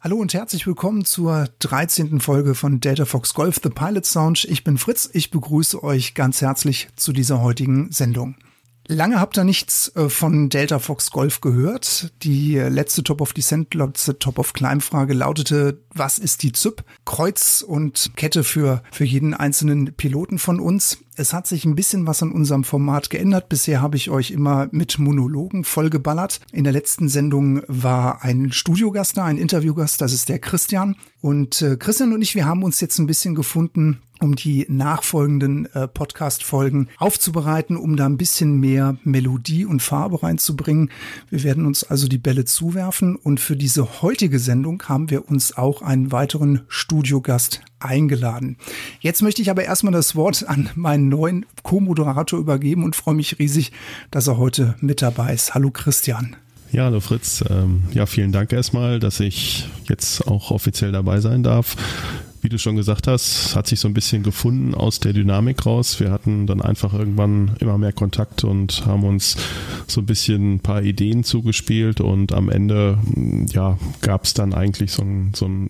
Hallo und herzlich willkommen zur 13. Folge von Delta Fox Golf, The Pilot's Lounge. Ich bin Fritz, ich begrüße euch ganz herzlich zu dieser heutigen Sendung. Lange habt ihr nichts von Delta Fox Golf gehört. Die letzte Top of Descent, letzte Top of Climb Frage lautete, was ist die ZYP? Kreuz und Kette für jeden einzelnen Piloten von uns. Es hat sich ein bisschen was an unserem Format geändert. Bisher habe ich euch immer mit Monologen vollgeballert. In der letzten Sendung war ein Studiogast da, ein Interviewgast, das ist der Christian. Und Christian und ich, wir haben uns jetzt ein bisschen gefunden, um die nachfolgenden Podcast-Folgen aufzubereiten, um da ein bisschen mehr Melodie und Farbe reinzubringen. Wir werden uns also die Bälle zuwerfen und für diese heutige Sendung haben wir uns auch einen weiteren Studiogast eingeladen. Jetzt möchte ich aber erstmal das Wort an meinen neuen Co-Moderator übergeben und freue mich riesig, dass er heute mit dabei ist. Hallo Christian. Ja, hallo Fritz. Vielen Dank erstmal, dass ich jetzt auch offiziell dabei sein darf. Wie du schon gesagt hast, hat sich so ein bisschen gefunden aus der Dynamik raus. Wir hatten dann einfach irgendwann immer mehr Kontakt und haben uns so ein bisschen ein paar Ideen zugespielt und am Ende gab es dann eigentlich so ein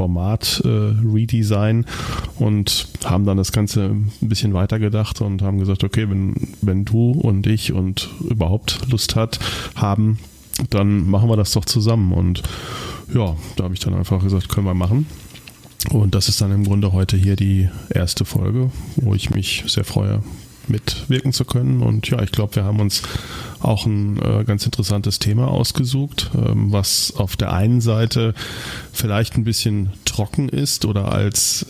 Format-Redesign und haben dann das Ganze ein bisschen weitergedacht und haben gesagt, okay, wenn du und ich und überhaupt Lust haben, dann machen wir das doch zusammen. Und ja, da habe ich dann einfach gesagt, können wir machen. Und das ist dann im Grunde heute hier die erste Folge, wo ich mich sehr freue, mitwirken zu können. Und ja, ich glaube, wir haben uns auch ein ganz interessantes Thema ausgesucht, was auf der einen Seite vielleicht ein bisschen trocken ist oder als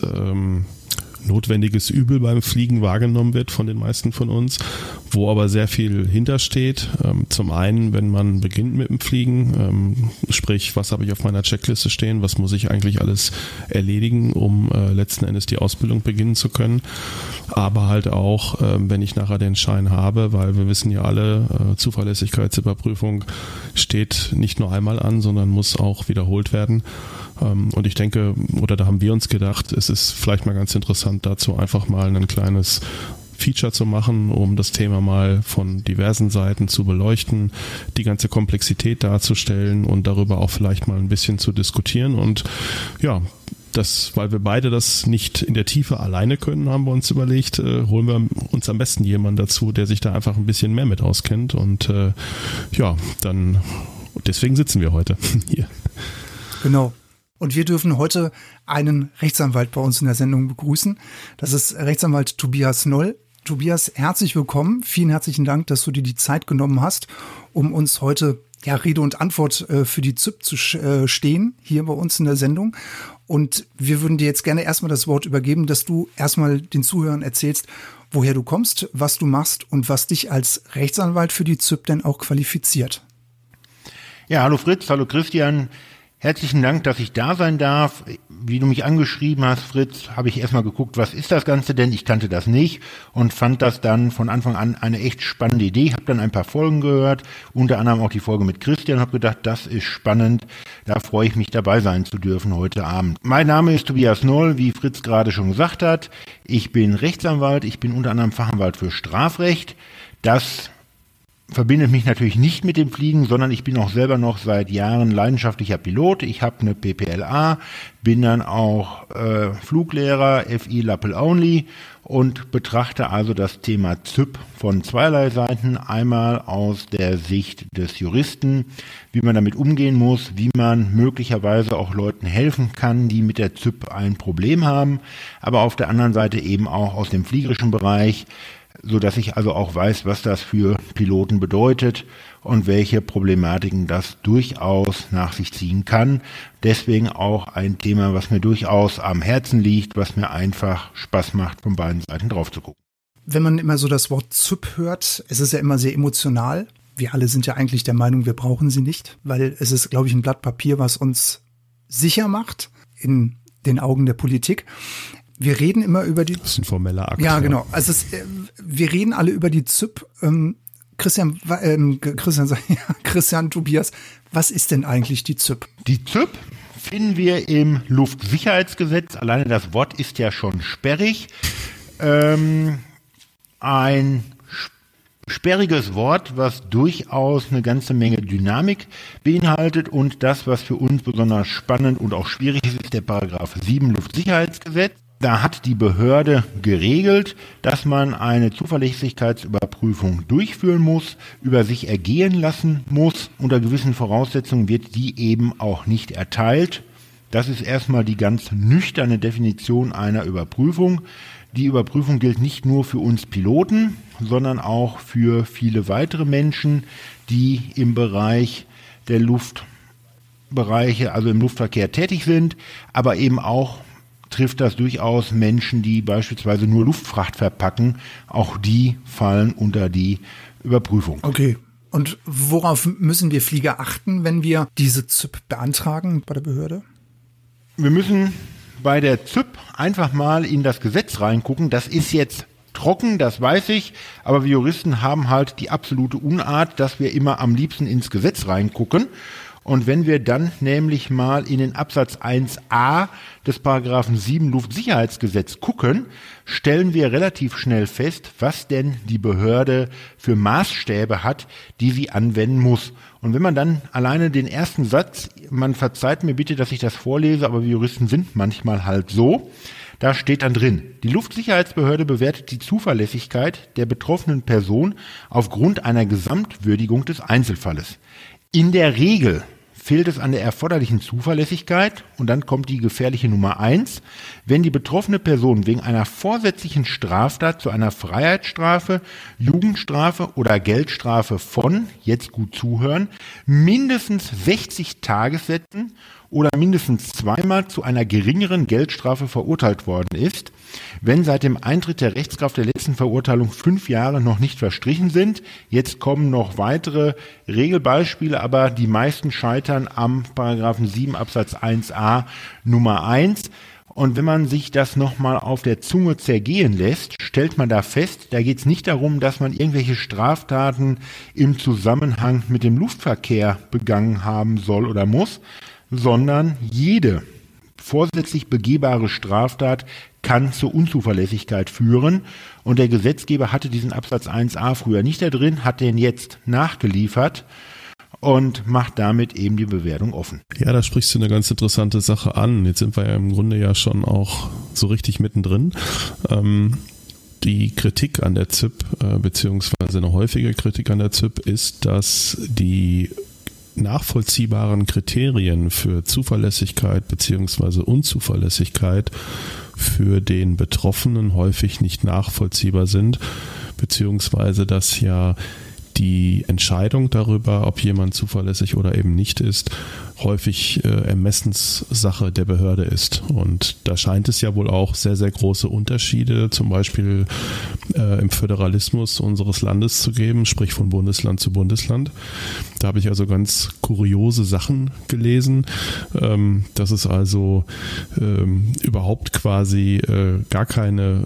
notwendiges Übel beim Fliegen wahrgenommen wird von den meisten von uns, wo aber sehr viel hintersteht. Zum einen, wenn man beginnt mit dem Fliegen, sprich, was habe ich auf meiner Checkliste stehen, was muss ich eigentlich alles erledigen, um letzten Endes die Ausbildung beginnen zu können. Aber halt auch, wenn ich nachher den Schein habe, weil wir wissen ja alle, Zuverlässigkeitsüberprüfung steht nicht nur einmal an, sondern muss auch wiederholt werden. Und ich denke, oder da haben wir uns gedacht, es ist vielleicht mal ganz interessant, dazu einfach mal ein kleines Feature zu machen, um das Thema mal von diversen Seiten zu beleuchten, die ganze Komplexität darzustellen und darüber auch vielleicht mal ein bisschen zu diskutieren. Und ja, weil wir beide das nicht in der Tiefe alleine können, haben wir uns überlegt, holen wir uns am besten jemanden dazu, der sich da einfach ein bisschen mehr mit auskennt. Und deswegen sitzen wir heute hier. Genau. Und wir dürfen heute einen Rechtsanwalt bei uns in der Sendung begrüßen. Das ist Rechtsanwalt Tobias Noll. Tobias, herzlich willkommen. Vielen herzlichen Dank, dass du dir die Zeit genommen hast, um uns heute Rede und Antwort für die ZYP zu stehen, hier bei uns in der Sendung. Und wir würden dir jetzt gerne erstmal das Wort übergeben, dass du erstmal den Zuhörern erzählst, woher du kommst, was du machst und was dich als Rechtsanwalt für die ZYP denn auch qualifiziert. Ja, hallo Fritz, hallo Christian. Herzlichen Dank, dass ich da sein darf. Wie du mich angeschrieben hast, Fritz, habe ich erstmal geguckt, was ist das Ganze denn? Ich kannte das nicht und fand das dann von Anfang an eine echt spannende Idee. Habe dann ein paar Folgen gehört, unter anderem auch die Folge mit Christian, habe gedacht, das ist spannend. Da freue ich mich, dabei sein zu dürfen heute Abend. Mein Name ist Tobias Noll, wie Fritz gerade schon gesagt hat. Ich bin Rechtsanwalt, ich bin unter anderem Fachanwalt für Strafrecht. Das verbindet mich natürlich nicht mit dem Fliegen, sondern ich bin auch selber noch seit Jahren leidenschaftlicher Pilot. Ich habe eine PPLA, bin dann auch Fluglehrer, FI Lappel Only und betrachte also das Thema ZYP von zweierlei Seiten. Einmal aus der Sicht des Juristen, wie man damit umgehen muss, wie man möglicherweise auch Leuten helfen kann, die mit der ZYP ein Problem haben, aber auf der anderen Seite eben auch aus dem fliegerischen Bereich, so dass ich also auch weiß, was das für Piloten bedeutet und welche Problematiken das durchaus nach sich ziehen kann. Deswegen auch ein Thema, was mir durchaus am Herzen liegt, was mir einfach Spaß macht, von beiden Seiten drauf zu gucken. Wenn man immer so das Wort ZYP hört, es ist ja immer sehr emotional. Wir alle sind ja eigentlich der Meinung, wir brauchen sie nicht, weil es ist, glaube ich, ein Blatt Papier, was uns sicher macht in den Augen der Politik. Wir reden immer über die... Das ist ein formeller Akt. Ja, genau. Also wir reden alle über die ZYP. Christian, Tobias, was ist denn eigentlich die ZYP? Die ZYP finden wir im Luftsicherheitsgesetz. Alleine das Wort ist ja schon sperrig. Ein Sperriges Wort, was durchaus eine ganze Menge Dynamik beinhaltet, und das, was für uns besonders spannend und auch schwierig ist der Paragraph 7 Luftsicherheitsgesetz. Da hat die Behörde geregelt, dass man eine Zuverlässigkeitsüberprüfung durchführen muss, über sich ergehen lassen muss. Unter gewissen Voraussetzungen wird die eben auch nicht erteilt. Das ist erstmal die ganz nüchterne Definition einer Überprüfung. Die Überprüfung gilt nicht nur für uns Piloten, sondern auch für viele weitere Menschen, die im Bereich der Luftbereiche, also im Luftverkehr tätig sind, aber eben auch trifft das durchaus Menschen, die beispielsweise nur Luftfracht verpacken. Auch die fallen unter die Überprüfung. Okay. Und worauf müssen wir Flieger achten, wenn wir diese ZÜP beantragen bei der Behörde? Wir müssen bei der ZÜP einfach mal in das Gesetz reingucken. Das ist jetzt trocken, das weiß ich, aber wir Juristen haben halt die absolute Unart, dass wir immer am liebsten ins Gesetz reingucken. Und wenn wir dann nämlich mal in den Absatz 1a des Paragraphen 7 Luftsicherheitsgesetz gucken, stellen wir relativ schnell fest, was denn die Behörde für Maßstäbe hat, die sie anwenden muss. Und wenn man dann alleine den ersten Satz, man verzeiht mir bitte, dass ich das vorlese, aber wir Juristen sind manchmal halt so, da steht dann drin: Die Luftsicherheitsbehörde bewertet die Zuverlässigkeit der betroffenen Person aufgrund einer Gesamtwürdigung des Einzelfalles. In der Regel fehlt es an der erforderlichen Zuverlässigkeit, und dann kommt die gefährliche Nummer 1, wenn die betroffene Person wegen einer vorsätzlichen Straftat zu einer Freiheitsstrafe, Jugendstrafe oder Geldstrafe von, jetzt gut zuhören, mindestens 60 Tagessätzen oder mindestens zweimal zu einer geringeren Geldstrafe verurteilt worden ist, wenn seit dem Eintritt der Rechtskraft der letzten Verurteilung 5 Jahre noch nicht verstrichen sind. Jetzt kommen noch weitere Regelbeispiele, aber die meisten scheitern am Paragraphen 7 Absatz 1a Nummer 1. Und wenn man sich das nochmal auf der Zunge zergehen lässt, stellt man da fest, da geht es nicht darum, dass man irgendwelche Straftaten im Zusammenhang mit dem Luftverkehr begangen haben soll oder muss, sondern jede vorsätzlich begehbare Straftat kann zur Unzuverlässigkeit führen. Und der Gesetzgeber hatte diesen Absatz 1a früher nicht da drin, hat den jetzt nachgeliefert und macht damit eben die Bewertung offen. Ja, da sprichst du eine ganz interessante Sache an. Jetzt sind wir ja im Grunde ja schon auch so richtig mittendrin. Die Kritik an der ZÜP, beziehungsweise eine häufige Kritik an der ZÜP, ist, dass die nachvollziehbaren Kriterien für Zuverlässigkeit beziehungsweise Unzuverlässigkeit für den Betroffenen häufig nicht nachvollziehbar sind, beziehungsweise dass ja die Entscheidung darüber, ob jemand zuverlässig oder eben nicht ist, häufig Ermessenssache der Behörde ist. Und da scheint es ja wohl auch sehr, sehr große Unterschiede, zum Beispiel im Föderalismus unseres Landes zu geben, sprich von Bundesland zu Bundesland. Da habe ich also ganz kuriose Sachen gelesen, dass es also überhaupt quasi gar keine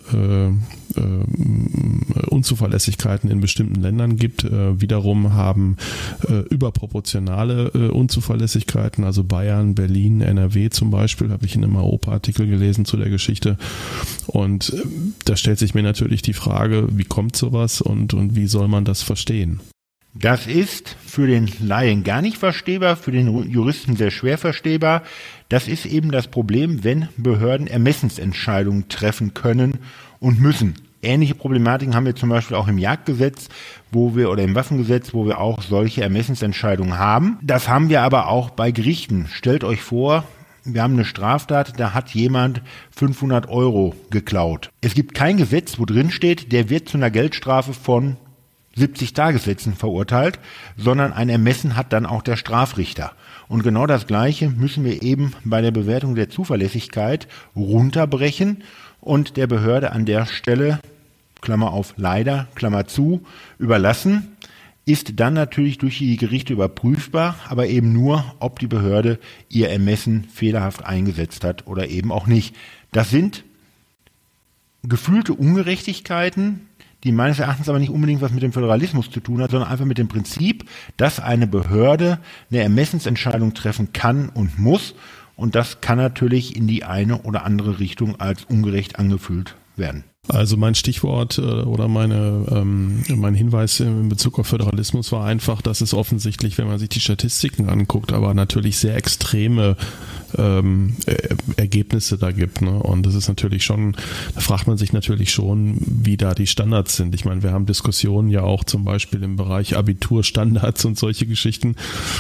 Unzuverlässigkeiten in bestimmten Ländern gibt. Wiederum haben überproportionale Unzuverlässigkeiten, also Bayern, Berlin, NRW zum Beispiel, habe ich in einem AOPA-Artikel gelesen zu der Geschichte. Und da stellt sich mir natürlich die Frage, wie kommt sowas und wie soll man das verstehen? Das ist für den Laien gar nicht verstehbar, für den Juristen sehr schwer verstehbar. Das ist eben das Problem, wenn Behörden Ermessensentscheidungen treffen können und müssen. Ähnliche Problematiken haben wir zum Beispiel auch im Jagdgesetz, oder im Waffengesetz, wo wir auch solche Ermessensentscheidungen haben. Das haben wir aber auch bei Gerichten. Stellt euch vor, wir haben eine Straftat, da hat jemand 500 € geklaut. Es gibt kein Gesetz, wo drin steht, der wird zu einer Geldstrafe von 70 Tagessätzen verurteilt, sondern ein Ermessen hat dann auch der Strafrichter. Und genau das Gleiche müssen wir eben bei der Bewertung der Zuverlässigkeit runterbrechen und der Behörde an der Stelle, Klammer auf leider, Klammer zu, überlassen. Ist dann natürlich durch die Gerichte überprüfbar, aber eben nur, ob die Behörde ihr Ermessen fehlerhaft eingesetzt hat oder eben auch nicht. Das sind gefühlte Ungerechtigkeiten, die meines Erachtens aber nicht unbedingt was mit dem Föderalismus zu tun hat, sondern einfach mit dem Prinzip, dass eine Behörde eine Ermessensentscheidung treffen kann und muss. Und das kann natürlich in die eine oder andere Richtung als ungerecht angefühlt werden? Also mein Stichwort oder mein Hinweis in Bezug auf Föderalismus war einfach, dass es offensichtlich, wenn man sich die Statistiken anguckt, aber natürlich sehr extreme Ergebnisse da gibt. Ne? Und das ist natürlich schon, da fragt man sich natürlich schon, wie da die Standards sind. Ich meine, wir haben Diskussionen ja auch zum Beispiel im Bereich Abiturstandards und solche Geschichten.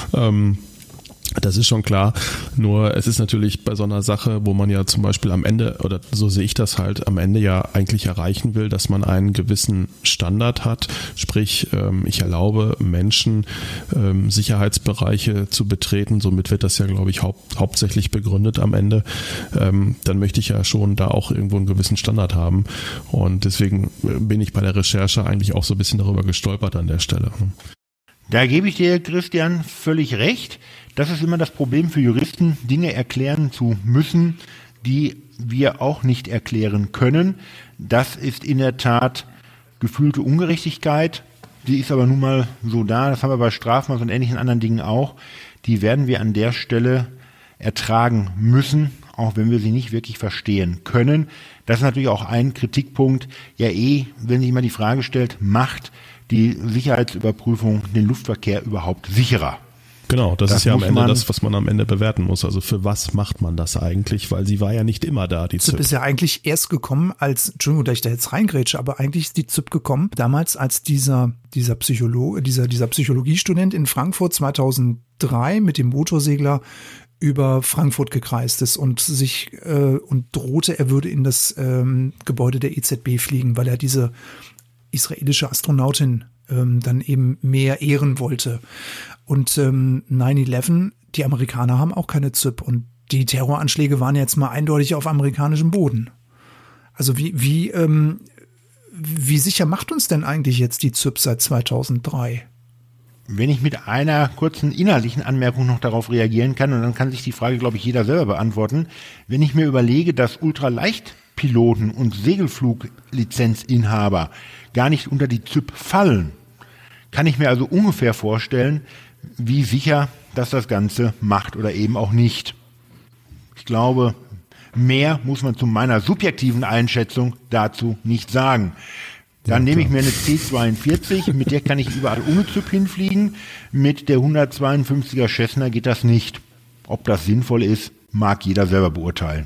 Das ist schon klar, nur es ist natürlich bei so einer Sache, wo man ja zum Beispiel am Ende, oder so sehe ich das halt, am Ende ja eigentlich erreichen will, dass man einen gewissen Standard hat, sprich ich erlaube Menschen Sicherheitsbereiche zu betreten, somit wird das ja, glaube ich, hauptsächlich begründet am Ende, dann möchte ich ja schon da auch irgendwo einen gewissen Standard haben und deswegen bin ich bei der Recherche eigentlich auch so ein bisschen darüber gestolpert an der Stelle. Da gebe ich dir, Christian, völlig recht. Das ist immer das Problem für Juristen, Dinge erklären zu müssen, die wir auch nicht erklären können. Das ist in der Tat gefühlte Ungerechtigkeit. Die ist aber nun mal so da. Das haben wir bei Strafmaß und ähnlichen anderen Dingen auch. Die werden wir an der Stelle ertragen müssen, auch wenn wir sie nicht wirklich verstehen können. Das ist natürlich auch ein Kritikpunkt. Ja, wenn sich immer die Frage stellt, macht die Sicherheitsüberprüfung den Luftverkehr überhaupt sicherer? Genau, das ist ja am Ende das, was man am Ende bewerten muss. Also für was macht man das eigentlich? Weil sie war ja nicht immer da, die ZÜP. ZÜP ist ja eigentlich erst gekommen Entschuldigung, dass ich da jetzt reingrätsche, aber eigentlich ist die ZÜP gekommen damals, als dieser Psychologiestudent in Frankfurt 2003 mit dem Motorsegler über Frankfurt gekreist ist und drohte, er würde in das Gebäude der EZB fliegen, weil er diese israelische Astronautin dann eben mehr ehren wollte. Und 9/11, die Amerikaner haben auch keine ZÜP und die Terroranschläge waren jetzt mal eindeutig auf amerikanischem Boden. Also wie sicher macht uns denn eigentlich jetzt die ZÜP seit 2003? Wenn ich mit einer kurzen inhaltlichen Anmerkung noch darauf reagieren kann, und dann kann sich die Frage, glaube ich, jeder selber beantworten. Wenn ich mir überlege, dass Ultraleichtpiloten und Segelfluglizenzinhaber gar nicht unter die ZÜP fallen, kann ich mir also ungefähr vorstellen, wie sicher das Ganze macht oder eben auch nicht. Ich glaube, mehr muss man zu meiner subjektiven Einschätzung dazu nicht sagen. Dann nehme ich mir eine C-42, mit der kann ich überall ohne ZÜP hinfliegen. Mit der 152er Cessna geht das nicht. Ob das sinnvoll ist, mag jeder selber beurteilen.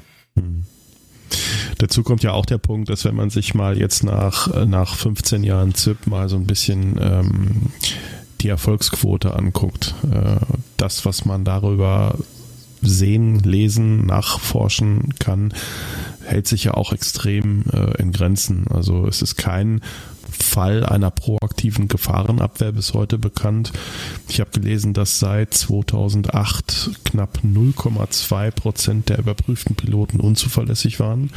Dazu kommt ja auch der Punkt, dass wenn man sich mal jetzt nach 15 Jahren ZÜP mal so ein bisschen die Erfolgsquote anguckt, das, was man darüber sehen, lesen, nachforschen kann, hält sich ja auch extrem in Grenzen. Also es ist kein Fall einer proaktiven Gefahrenabwehr bis heute bekannt. Ich habe gelesen, dass seit 2008 knapp 0,2% der überprüften Piloten unzuverlässig waren.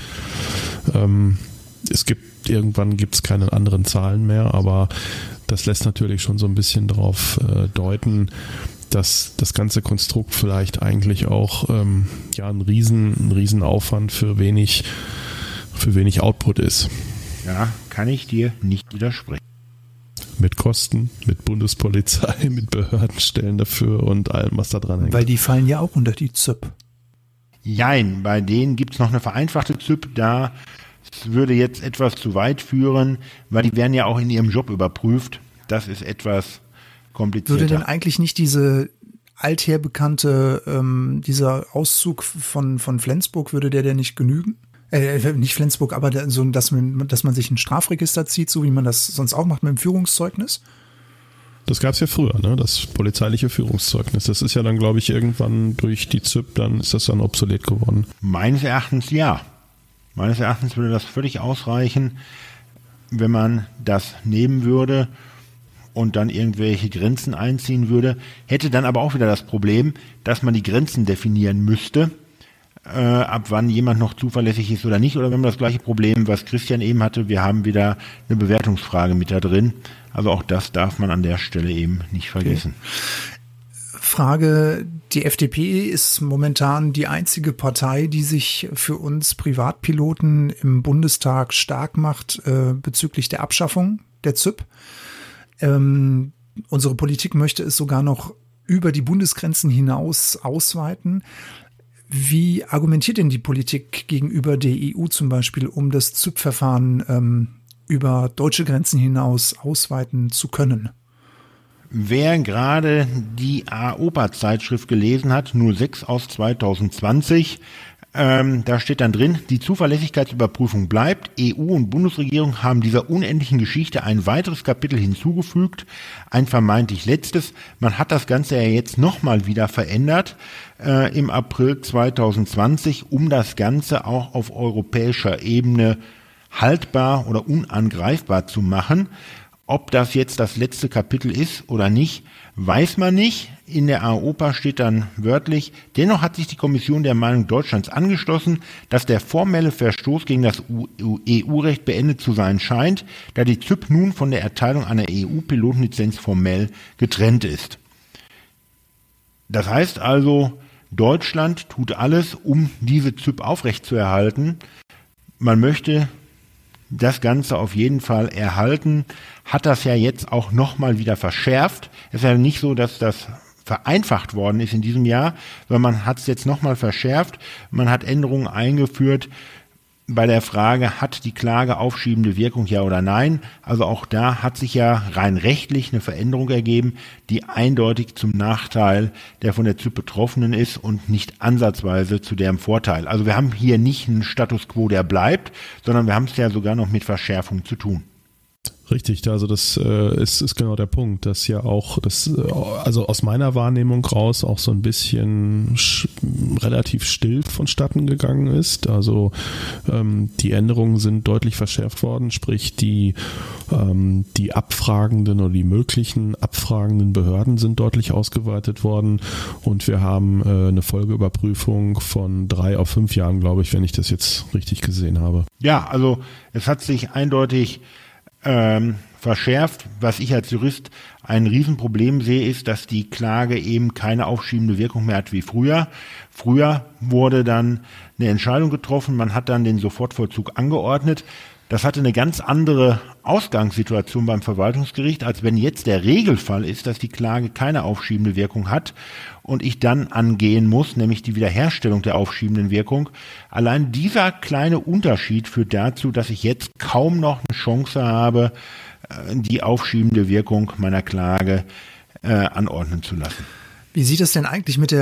Irgendwann gibt es keine anderen Zahlen mehr, aber das lässt natürlich schon so ein bisschen darauf deuten, dass das ganze Konstrukt vielleicht eigentlich auch ein Riesenaufwand für wenig Output ist. Ja, kann ich dir nicht widersprechen. Mit Kosten, mit Bundespolizei, mit Behördenstellen dafür und allem, was da dran hängt. Weil die fallen ja auch unter die ZÜP. Jein, bei denen gibt es noch eine vereinfachte ZÜP, da würde jetzt etwas zu weit führen, weil die werden ja auch in ihrem Job überprüft. Das ist etwas komplizierter. Würde denn eigentlich nicht diese alther bekannte, dieser Auszug von Flensburg, würde der nicht genügen? Nicht Flensburg, aber dass man sich ein Strafregister zieht, so wie man das sonst auch macht mit dem Führungszeugnis? Das gab es ja früher, ne? Das polizeiliche Führungszeugnis. Das ist ja dann, glaube ich, irgendwann durch die ZÜP, dann ist das dann obsolet geworden. Meines Erachtens ja. Meines Erachtens würde das völlig ausreichen, wenn man das nehmen würde und dann irgendwelche Grenzen einziehen würde. Hätte dann aber auch wieder das Problem, dass man die Grenzen definieren müsste, ab wann jemand noch zuverlässig ist oder nicht. Oder wir haben das gleiche Problem, was Christian eben hatte. Wir haben wieder eine Bewertungsfrage mit da drin. Also auch das darf man an der Stelle eben nicht vergessen. Okay. Frage, die FDP ist momentan die einzige Partei, die sich für uns Privatpiloten im Bundestag stark macht bezüglich der Abschaffung der ZÜP. Unsere Politik möchte es sogar noch über die Bundesgrenzen hinaus ausweiten. Wie argumentiert denn die Politik gegenüber der EU zum Beispiel, um das ZYP-Verfahren über deutsche Grenzen hinaus ausweiten zu können? Wer gerade die AOPA-Zeitschrift gelesen hat, 06 aus 2020, da steht dann drin, die Zuverlässigkeitsüberprüfung bleibt. EU und Bundesregierung haben dieser unendlichen Geschichte ein weiteres Kapitel hinzugefügt, ein vermeintlich letztes. Man hat das Ganze ja jetzt nochmal wieder verändert im April 2020, um das Ganze auch auf europäischer Ebene haltbar oder unangreifbar zu machen. Ob das jetzt das letzte Kapitel ist oder nicht, weiß man nicht. In der AOPA steht dann wörtlich, dennoch hat sich die Kommission der Meinung Deutschlands angeschlossen, dass der formelle Verstoß gegen das EU-Recht beendet zu sein scheint, da die ZYP nun von der Erteilung einer EU-Pilotenlizenz formell getrennt ist. Das heißt also, Deutschland tut alles, um diese ZYP aufrechtzuerhalten. Man möchte das Ganze auf jeden Fall erhalten, hat das ja jetzt auch nochmal wieder verschärft. Es ist ja nicht so, dass das vereinfacht worden ist in diesem Jahr, sondern man hat es jetzt nochmal verschärft. Man hat Änderungen eingeführt bei der Frage, hat die Klage aufschiebende Wirkung, ja oder nein? Also auch da hat sich ja rein rechtlich eine Veränderung ergeben, die eindeutig zum Nachteil der von der ZYP Betroffenen ist und nicht ansatzweise zu deren Vorteil. Also wir haben hier nicht einen Status quo, der bleibt, sondern wir haben es ja sogar noch mit Verschärfung zu tun. Richtig, also das ist genau der Punkt, dass ja auch, also aus meiner Wahrnehmung raus auch so ein bisschen relativ still vonstatten gegangen ist. Also die Änderungen sind deutlich verschärft worden, sprich die abfragenden oder die möglichen abfragenden Behörden sind deutlich ausgeweitet worden und wir haben eine Folgeüberprüfung von 3 auf 5 Jahren, glaube ich, wenn ich das jetzt richtig gesehen habe. Ja, also es hat sich eindeutig verschärft. Was ich als Jurist ein Riesenproblem sehe, ist, dass die Klage eben keine aufschiebende Wirkung mehr hat wie früher. Früher wurde dann eine Entscheidung getroffen, man hat dann den Sofortvollzug angeordnet. Das hatte eine ganz andere Ausgangssituation beim Verwaltungsgericht, als wenn jetzt der Regelfall ist, dass die Klage keine aufschiebende Wirkung hat und ich dann angehen muss, nämlich die Wiederherstellung der aufschiebenden Wirkung. Allein dieser kleine Unterschied führt dazu, dass ich jetzt kaum noch eine Chance habe, die aufschiebende Wirkung meiner Klage anordnen zu lassen. Wie sieht es denn eigentlich mit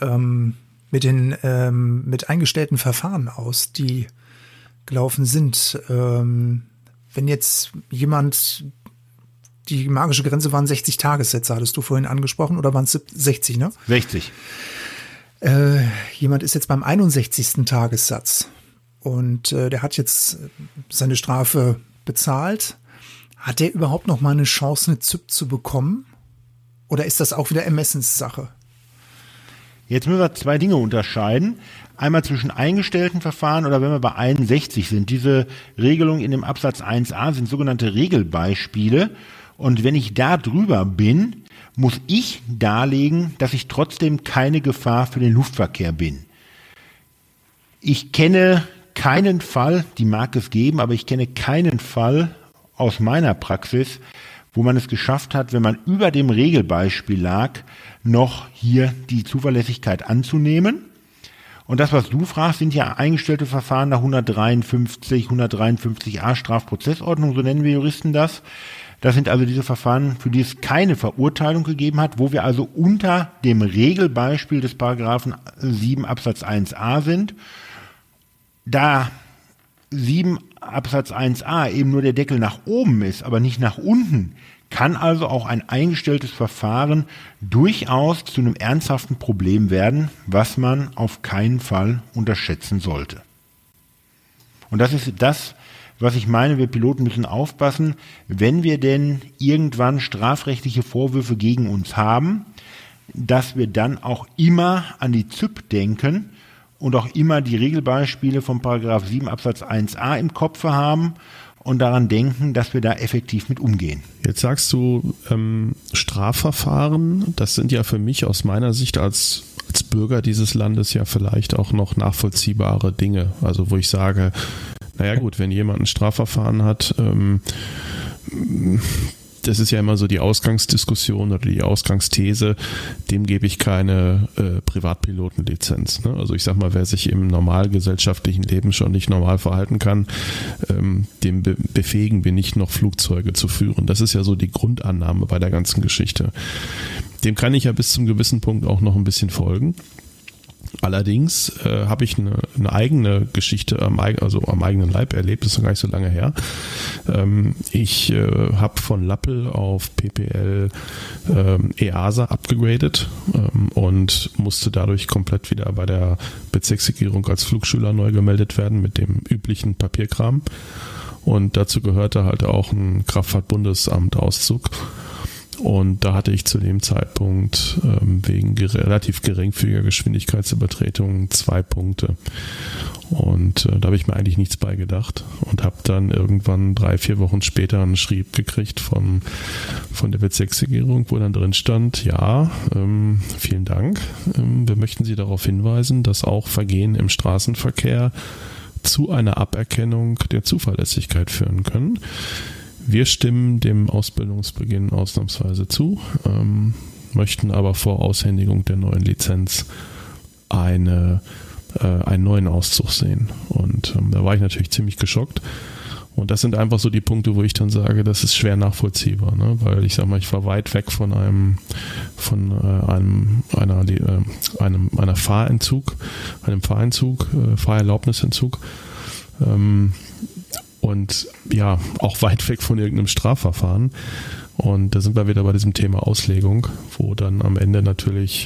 mit eingestellten Verfahren aus, die gelaufen sind? Wenn jetzt jemand, die magische Grenze waren 60 Tagessätze, hattest du vorhin angesprochen, oder waren es 60, ne? 60. Jemand ist jetzt beim 61. Tagessatz und der hat jetzt seine Strafe bezahlt. Hat der überhaupt noch mal eine Chance, eine ZYP zu bekommen? Oder ist das auch wieder Ermessenssache? Jetzt müssen wir 2 Dinge unterscheiden. Einmal zwischen eingestellten Verfahren oder wenn wir bei 61 sind. Diese Regelungen in dem Absatz 1a sind sogenannte Regelbeispiele. Und wenn ich da drüber bin, muss ich darlegen, dass ich trotzdem keine Gefahr für den Luftverkehr bin. Ich kenne keinen Fall, die mag es geben, aber ich kenne keinen Fall aus meiner Praxis, wo man es geschafft hat, wenn man über dem Regelbeispiel lag, noch hier die Zuverlässigkeit anzunehmen. Und das, was du fragst, sind ja eingestellte Verfahren nach 153a Strafprozessordnung, so nennen wir Juristen das. Das sind also diese Verfahren, für die es keine Verurteilung gegeben hat, wo wir also unter dem Regelbeispiel des Paragraphen 7 Absatz 1a sind. Da 7 Absatz 1a eben nur der Deckel nach oben ist, aber nicht nach unten, kann also auch ein eingestelltes Verfahren durchaus zu einem ernsthaften Problem werden, was man auf keinen Fall unterschätzen sollte. Und das ist das, was ich meine, wir Piloten müssen aufpassen, wenn wir denn irgendwann strafrechtliche Vorwürfe gegen uns haben, dass wir dann auch immer an die ZYP denken und auch immer die Regelbeispiele vom Paragraph 7 Absatz 1a im Kopf haben und daran denken, dass wir da effektiv mit umgehen. Jetzt sagst du Strafverfahren, das sind ja für mich aus meiner Sicht als Bürger dieses Landes ja vielleicht auch noch nachvollziehbare Dinge. Also wo ich sage, naja gut, wenn jemand ein Strafverfahren hat, das ist ja immer so die Ausgangsdiskussion oder die Ausgangsthese, dem gebe ich keine Privatpilotenlizenz. Ne? Also ich sag mal, wer sich im normalgesellschaftlichen Leben schon nicht normal verhalten kann, dem befähigen wir nicht noch Flugzeuge zu führen. Das ist ja so die Grundannahme bei der ganzen Geschichte. Dem kann ich ja bis zum gewissen Punkt auch noch ein bisschen folgen. Allerdings habe ich eine eigene Geschichte am eigenen Leib erlebt, das ist noch gar nicht so lange her. Ich habe von Lappel auf PPL EASA abgegradet und musste dadurch komplett wieder bei der Bezirksregierung als Flugschüler neu gemeldet werden mit dem üblichen Papierkram. Und dazu gehörte halt auch ein Kraftfahrtbundesamtauszug. Und da hatte ich zu dem Zeitpunkt wegen relativ geringfügiger Geschwindigkeitsübertretung 2 Punkte. Und da habe ich mir eigentlich nichts bei gedacht und habe dann irgendwann 3-4 Wochen später einen Schrieb gekriegt von der Bezirksregierung, wo dann drin stand, ja, vielen Dank. Wir möchten Sie darauf hinweisen, dass auch Vergehen im Straßenverkehr zu einer Aberkennung der Zuverlässigkeit führen können. Wir stimmen dem Ausbildungsbeginn ausnahmsweise zu, möchten aber vor Aushändigung der neuen Lizenz einen neuen Auszug sehen. Und da war ich natürlich ziemlich geschockt. Und das sind einfach so die Punkte, wo ich dann sage, das ist schwer nachvollziehbar, ne? Weil ich sag mal, ich war weit weg von einem Fahrentzug, Fahrerlaubnisentzug. Und ja, auch weit weg von irgendeinem Strafverfahren. Und da sind wir wieder bei diesem Thema Auslegung, wo dann am Ende natürlich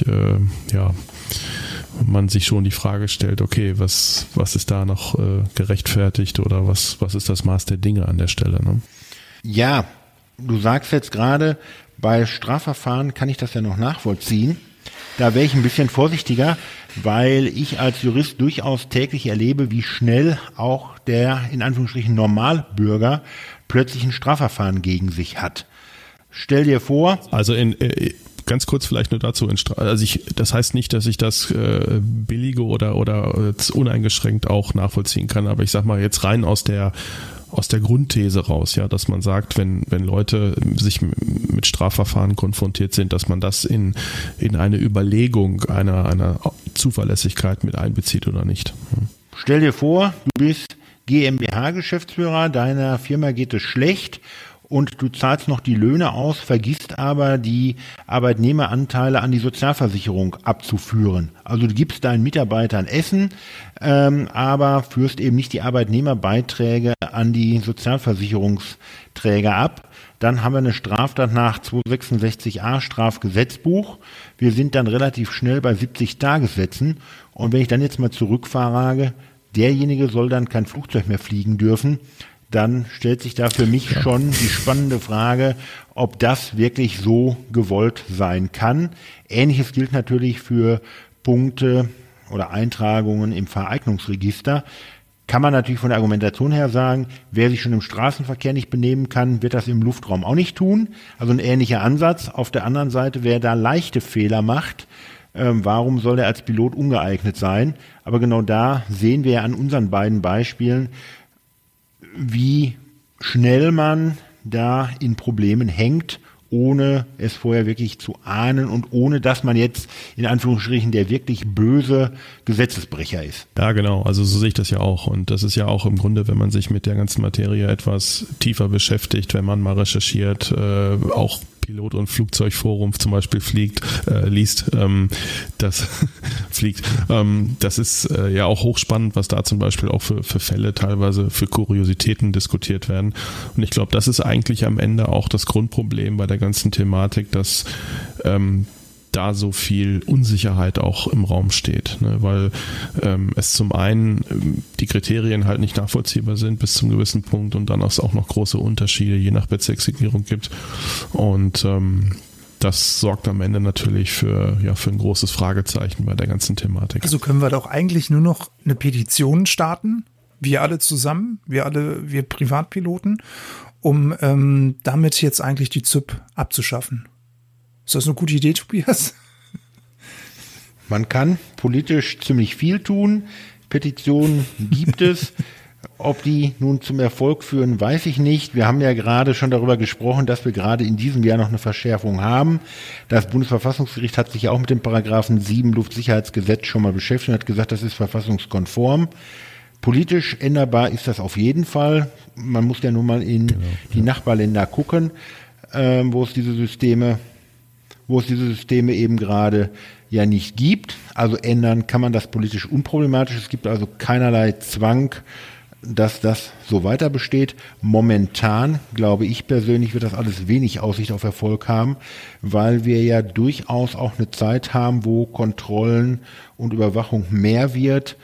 man sich schon die Frage stellt, okay, was ist da noch gerechtfertigt oder was ist das Maß der Dinge an der Stelle? Ne? Ja, du sagst jetzt gerade, bei Strafverfahren kann ich das ja noch nachvollziehen. Da wäre ich ein bisschen vorsichtiger, weil ich als Jurist durchaus täglich erlebe, wie schnell auch der, in Anführungsstrichen, Normalbürger plötzlich ein Strafverfahren gegen sich hat. Stell dir vor... Also ganz kurz vielleicht nur dazu, das heißt nicht, dass ich das billige oder uneingeschränkt auch nachvollziehen kann, aber ich sag mal jetzt rein aus der Grundthese raus, ja, dass man sagt, wenn Leute sich mit Strafverfahren konfrontiert sind, dass man das in eine Überlegung einer Zuverlässigkeit mit einbezieht oder nicht. Stell dir vor, du bist GmbH-Geschäftsführer, deiner Firma geht es schlecht und du zahlst noch die Löhne aus, vergisst aber die Arbeitnehmeranteile an die Sozialversicherung abzuführen. Also du gibst deinen Mitarbeitern Essen, aber führst eben nicht die Arbeitnehmerbeiträge an die Sozialversicherungsträger ab. Dann haben wir eine Straftat nach 266a Strafgesetzbuch. Wir sind dann relativ schnell bei 70 Tagessätzen. Und wenn ich dann jetzt mal zurückfrage, derjenige soll dann kein Flugzeug mehr fliegen dürfen, dann stellt sich da für mich schon die spannende Frage, ob das wirklich so gewollt sein kann. Ähnliches gilt natürlich für Punkte oder Eintragungen im Vereignungsregister. Kann man natürlich von der Argumentation her sagen, wer sich schon im Straßenverkehr nicht benehmen kann, wird das im Luftraum auch nicht tun. Also ein ähnlicher Ansatz. Auf der anderen Seite, wer da leichte Fehler macht, warum soll er als Pilot ungeeignet sein? Aber genau da sehen wir ja an unseren beiden Beispielen, wie schnell man da in Problemen hängt, ohne es vorher wirklich zu ahnen und ohne, dass man jetzt in Anführungsstrichen der wirklich böse Gesetzesbrecher ist. Ja, genau. Also so sehe ich das ja auch. Und das ist ja auch im Grunde, wenn man sich mit der ganzen Materie etwas tiefer beschäftigt, wenn man mal recherchiert, auch Pilot- und Flugzeugforum zum Beispiel liest, das fliegt. Das ist ja auch hochspannend, was da zum Beispiel auch für Fälle teilweise für Kuriositäten diskutiert werden. Und ich glaube, das ist eigentlich am Ende auch das Grundproblem bei der ganzen Thematik, dass da so viel Unsicherheit auch im Raum steht, ne? Weil es zum einen die Kriterien halt nicht nachvollziehbar sind bis zum gewissen Punkt und dann auch noch große Unterschiede je nach Bezirksregierung gibt und das sorgt am Ende natürlich für ein großes Fragezeichen bei der ganzen Thematik. Also können wir doch eigentlich nur noch eine Petition starten, wir alle zusammen, wir Privatpiloten, um damit jetzt eigentlich die ZÜP abzuschaffen. Ist das eine gute Idee, Tobias? Man kann politisch ziemlich viel tun. Petitionen gibt es. Ob die nun zum Erfolg führen, weiß ich nicht. Wir haben ja gerade schon darüber gesprochen, dass wir gerade in diesem Jahr noch eine Verschärfung haben. Das Bundesverfassungsgericht hat sich ja auch mit dem Paragraphen 7 Luftsicherheitsgesetz schon mal beschäftigt und hat gesagt, das ist verfassungskonform. Politisch änderbar ist das auf jeden Fall. Man muss ja nur mal in die Nachbarländer gucken, wo es diese Systeme eben gerade ja nicht gibt. Also ändern kann man das politisch unproblematisch. Es gibt also keinerlei Zwang, dass das so weiter besteht. Momentan, glaube ich persönlich, wird das alles wenig Aussicht auf Erfolg haben, weil wir ja durchaus auch eine Zeit haben, wo Kontrollen und Überwachung mehr wird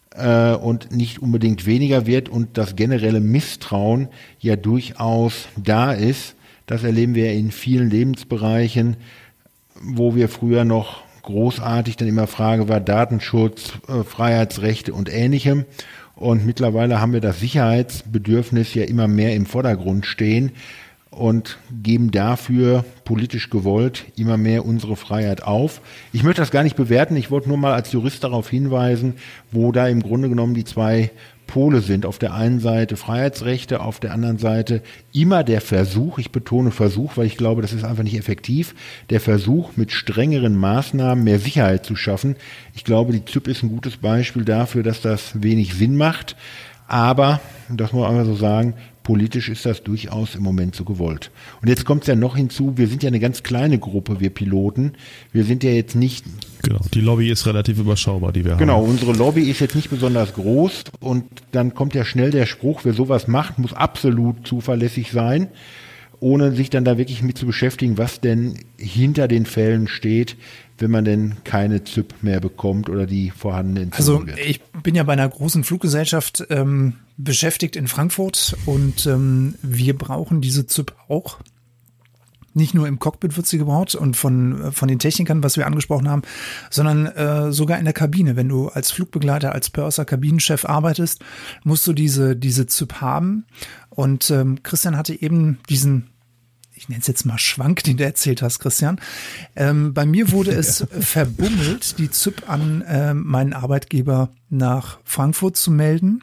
und nicht unbedingt weniger wird und das generelle Misstrauen ja durchaus da ist. Das erleben wir in vielen Lebensbereichen, wo wir früher noch großartig dann immer Frage war Datenschutz, Freiheitsrechte und Ähnlichem. Und mittlerweile haben wir das Sicherheitsbedürfnis ja immer mehr im Vordergrund stehen und geben dafür politisch gewollt immer mehr unsere Freiheit auf. Ich möchte das gar nicht bewerten, ich wollte nur mal als Jurist darauf hinweisen, wo da im Grunde genommen die zwei Pole sind. Auf der einen Seite Freiheitsrechte, auf der anderen Seite immer der Versuch, ich betone Versuch, weil ich glaube, das ist einfach nicht effektiv, der Versuch, mit strengeren Maßnahmen mehr Sicherheit zu schaffen. Ich glaube, die ZÜP ist ein gutes Beispiel dafür, dass das wenig Sinn macht, aber, das muss man einfach so sagen, politisch ist das durchaus im Moment so gewollt. Und jetzt kommt es ja noch hinzu, wir sind ja eine ganz kleine Gruppe, wir Piloten. Wir sind ja jetzt nicht... Genau, die Lobby ist relativ überschaubar, die wir haben. Genau, unsere Lobby ist jetzt nicht besonders groß und dann kommt ja schnell der Spruch, wer sowas macht, muss absolut zuverlässig sein, ohne sich dann da wirklich mit zu beschäftigen, was denn hinter den Fällen steht, wenn man denn keine ZÜP mehr bekommt oder die vorhandene entzogen wird. Also ich bin ja bei einer großen Fluggesellschaft beschäftigt in Frankfurt und wir brauchen diese ZÜP auch. Nicht nur im Cockpit wird sie gebraucht und von den Technikern, was wir angesprochen haben, sondern sogar in der Kabine. Wenn du als Flugbegleiter, als Purser, Kabinenchef arbeitest, musst du diese ZÜP haben. Und Christian hatte eben diesen, ich nenne es jetzt mal Schwank, den du erzählt hast, Christian. Bei mir wurde es verbummelt, die ZÜP an meinen Arbeitgeber nach Frankfurt zu melden.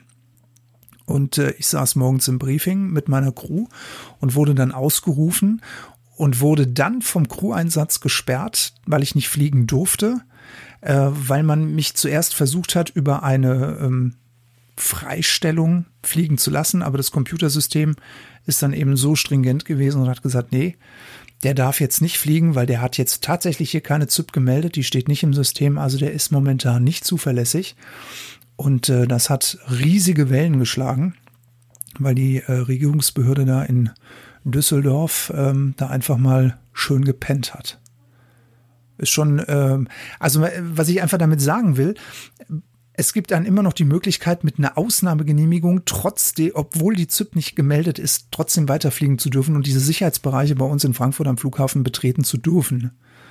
Und ich saß morgens im Briefing mit meiner Crew und wurde dann ausgerufen und wurde dann vom Crew-Einsatz gesperrt, weil ich nicht fliegen durfte, weil man mich zuerst versucht hat, über eine Freistellung fliegen zu lassen, aber das Computersystem ist dann eben so stringent gewesen und hat gesagt, nee, der darf jetzt nicht fliegen, weil der hat jetzt tatsächlich hier keine ZÜP gemeldet, die steht nicht im System, also der ist momentan nicht zuverlässig. Und das hat riesige Wellen geschlagen, weil die Regierungsbehörde da in Düsseldorf da einfach mal schön gepennt hat. Ist schon, also was ich einfach damit sagen will, es gibt dann immer noch die Möglichkeit, mit einer Ausnahmegenehmigung trotzdem, obwohl die ZÜP nicht gemeldet ist, trotzdem weiterfliegen zu dürfen und diese Sicherheitsbereiche bei uns in Frankfurt am Flughafen betreten zu dürfen.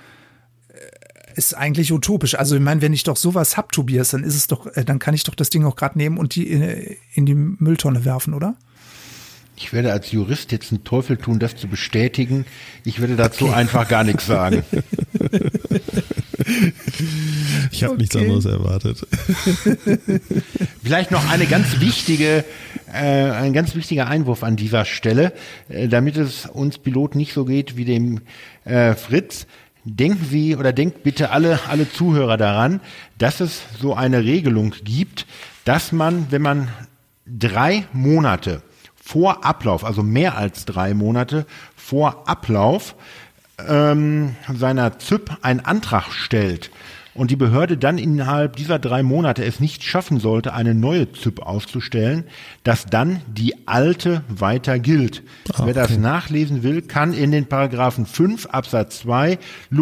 Ist eigentlich utopisch. Also ich meine, wenn ich doch sowas hab, Tobias, dann ist es doch, dann kann ich doch das Ding auch gerade nehmen und die in die Mülltonne werfen, oder? Ich werde als Jurist jetzt einen Teufel tun, das zu bestätigen. Ich werde dazu einfach gar nichts sagen. Ich habe nichts anderes erwartet. Vielleicht noch ein ganz wichtiger Einwurf an dieser Stelle, damit es uns Piloten nicht so geht wie dem Fritz. Denken Sie oder denkt bitte alle Zuhörer daran, dass es so eine Regelung gibt, dass man, wenn man 3 Monate vor Ablauf, also mehr als 3 Monate vor Ablauf seiner ZÜP einen Antrag stellt und die Behörde dann innerhalb dieser 3 Monate es nicht schaffen sollte, eine neue ZÜP auszustellen, dass dann die alte weiter gilt. Okay. Wer das nachlesen will, kann in den Paragraphen 5 Absatz 2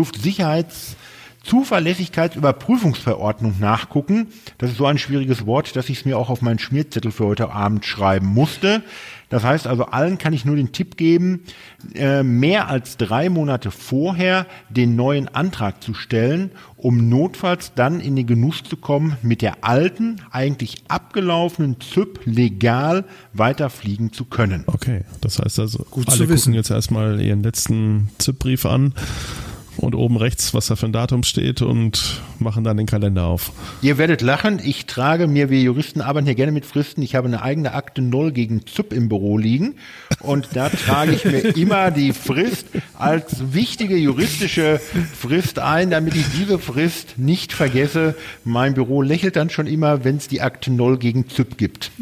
Zuverlässigkeitsüberprüfungsverordnung nachgucken. Das ist so ein schwieriges Wort, dass ich es mir auch auf meinen Schmierzettel für heute Abend schreiben musste. Das heißt also, allen kann ich nur den Tipp geben, mehr als 3 Monate vorher den neuen Antrag zu stellen, um notfalls dann in den Genuss zu kommen, mit der alten, eigentlich abgelaufenen ZÜP legal weiterfliegen zu können. Okay, das heißt also, alle gucken jetzt erstmal ihren letzten ZÜP-Brief an und oben rechts, was da für ein Datum steht und machen dann den Kalender auf. Ihr werdet lachen, wir Juristen arbeiten hier gerne mit Fristen. Ich habe eine eigene Akte 0 gegen ZUP im Büro liegen und da trage ich mir immer die Frist als wichtige juristische Frist ein, damit ich diese Frist nicht vergesse. Mein Büro lächelt dann schon immer, wenn es die Akte 0 gegen ZUP gibt.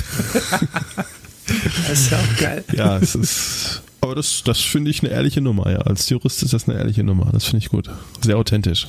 Das ist ja auch geil. Ja, es ist... Aber das finde ich eine ehrliche Nummer, ja. Als Jurist ist das eine ehrliche Nummer. Das finde ich gut. Sehr authentisch.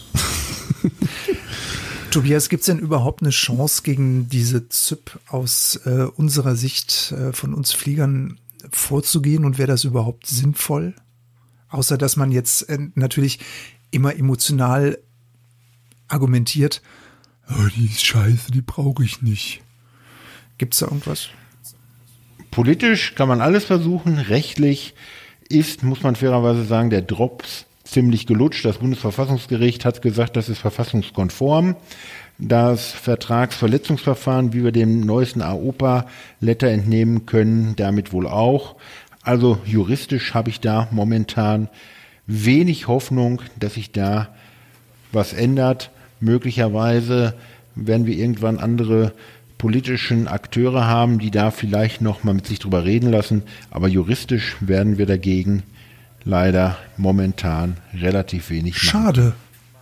Tobias, gibt es denn überhaupt eine Chance, gegen diese ZUP aus unserer Sicht von uns Fliegern vorzugehen, und wäre das überhaupt sinnvoll? Außer dass man jetzt natürlich immer emotional argumentiert, oh, die ist scheiße, die brauche ich nicht. Gibt es da irgendwas? Politisch kann man alles versuchen, rechtlich muss man fairerweise sagen, der Drops ziemlich gelutscht. Das Bundesverfassungsgericht hat gesagt, das ist verfassungskonform. Das Vertragsverletzungsverfahren, wie wir dem neuesten AOPA-Letter entnehmen können, damit wohl auch. Also juristisch habe ich da momentan wenig Hoffnung, dass sich da was ändert. Möglicherweise werden wir irgendwann andere politischen Akteure haben, die da vielleicht noch mal mit sich drüber reden lassen, aber juristisch werden wir dagegen leider momentan relativ wenig machen. Schade.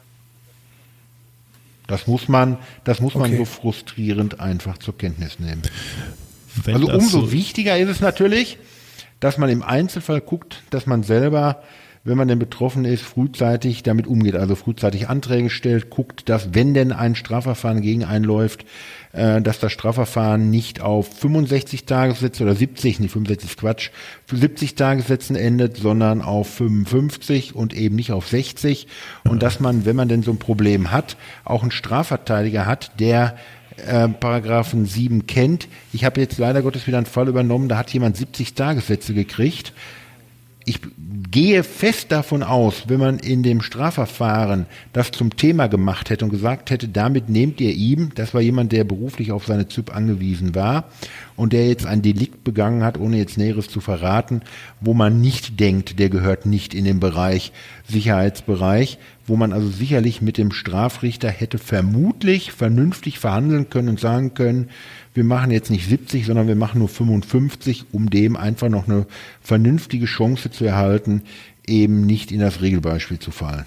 Das muss man Okay. so frustrierend einfach zur Kenntnis nehmen. Wenn Also das umso so- wichtiger ist es natürlich, dass man im Einzelfall guckt, dass man selber, wenn man denn betroffen ist, frühzeitig damit umgeht, also frühzeitig Anträge stellt, guckt, dass, wenn denn ein Strafverfahren gegen einen läuft, dass das Strafverfahren nicht auf 65 Tagessätze oder 70, nicht 65 ist Quatsch, für 70 Tagessätzen endet, sondern auf 55 und eben nicht auf 60. Und dass man, wenn man denn so ein Problem hat, auch einen Strafverteidiger hat, der Paragraphen 7 kennt. Ich habe jetzt leider Gottes wieder einen Fall übernommen, da hat jemand 70 Tagessätze gekriegt. Ich gehe fest davon aus, wenn man in dem Strafverfahren das zum Thema gemacht hätte und gesagt hätte, damit nehmt ihr ihm, das war jemand, der beruflich auf seine ZÜP angewiesen war und der jetzt ein Delikt begangen hat, ohne jetzt Näheres zu verraten, wo man nicht denkt, der gehört nicht in den Bereich Sicherheitsbereich, wo man also sicherlich mit dem Strafrichter hätte vermutlich vernünftig verhandeln können und sagen können, wir machen jetzt nicht 70, sondern wir machen nur 55, um dem einfach noch eine vernünftige Chance zu erhalten, eben nicht in das Regelbeispiel zu fallen.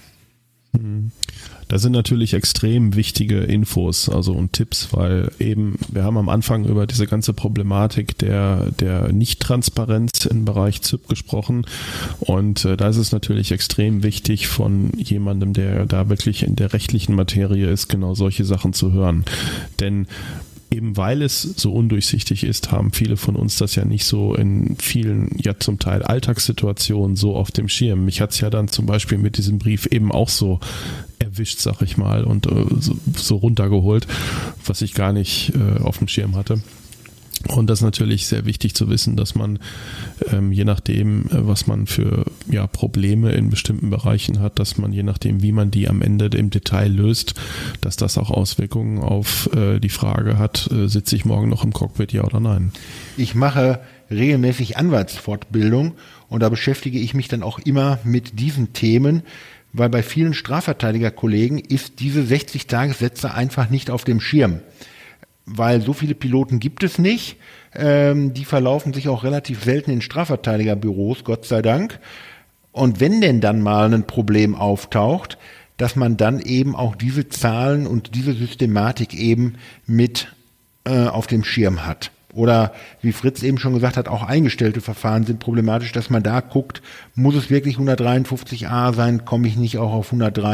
Da sind natürlich extrem wichtige Infos, also und Tipps, weil eben, wir haben am Anfang über diese ganze Problematik der Nicht-Transparenz im Bereich ZÜP gesprochen und da ist es natürlich extrem wichtig, von jemandem, der da wirklich in der rechtlichen Materie ist, genau solche Sachen zu hören. Denn eben weil es so undurchsichtig ist, haben viele von uns das ja nicht so in vielen, ja zum Teil Alltagssituationen so auf dem Schirm. Mich hat es ja dann zum Beispiel mit diesem Brief eben auch so erwischt, sag ich mal, und so runtergeholt, was ich gar nicht auf dem Schirm hatte. Und das ist natürlich sehr wichtig zu wissen, dass man je nachdem, was man für Probleme in bestimmten Bereichen hat, dass man je nachdem, wie man die am Ende im Detail löst, dass das auch Auswirkungen auf die Frage hat, sitze ich morgen noch im Cockpit, ja oder nein? Ich mache regelmäßig Anwaltsfortbildung und da beschäftige ich mich dann auch immer mit diesen Themen, weil bei vielen Strafverteidigerkollegen ist diese 60 Tagessätze einfach nicht auf dem Schirm. Weil so viele Piloten gibt es nicht. Die verlaufen sich auch relativ selten in Strafverteidigerbüros, Gott sei Dank. Und wenn denn dann mal ein Problem auftaucht, dass man dann eben auch diese Zahlen und diese Systematik eben mit auf dem Schirm hat. Oder wie Fritz eben schon gesagt hat, auch eingestellte Verfahren sind problematisch, dass man da guckt, muss es wirklich 153a sein, komme ich nicht auch auf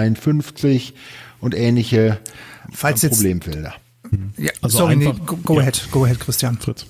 153 und ähnliche Problemfelder. Ja, Also sorry, einfach, go ahead, Christian. Fritz.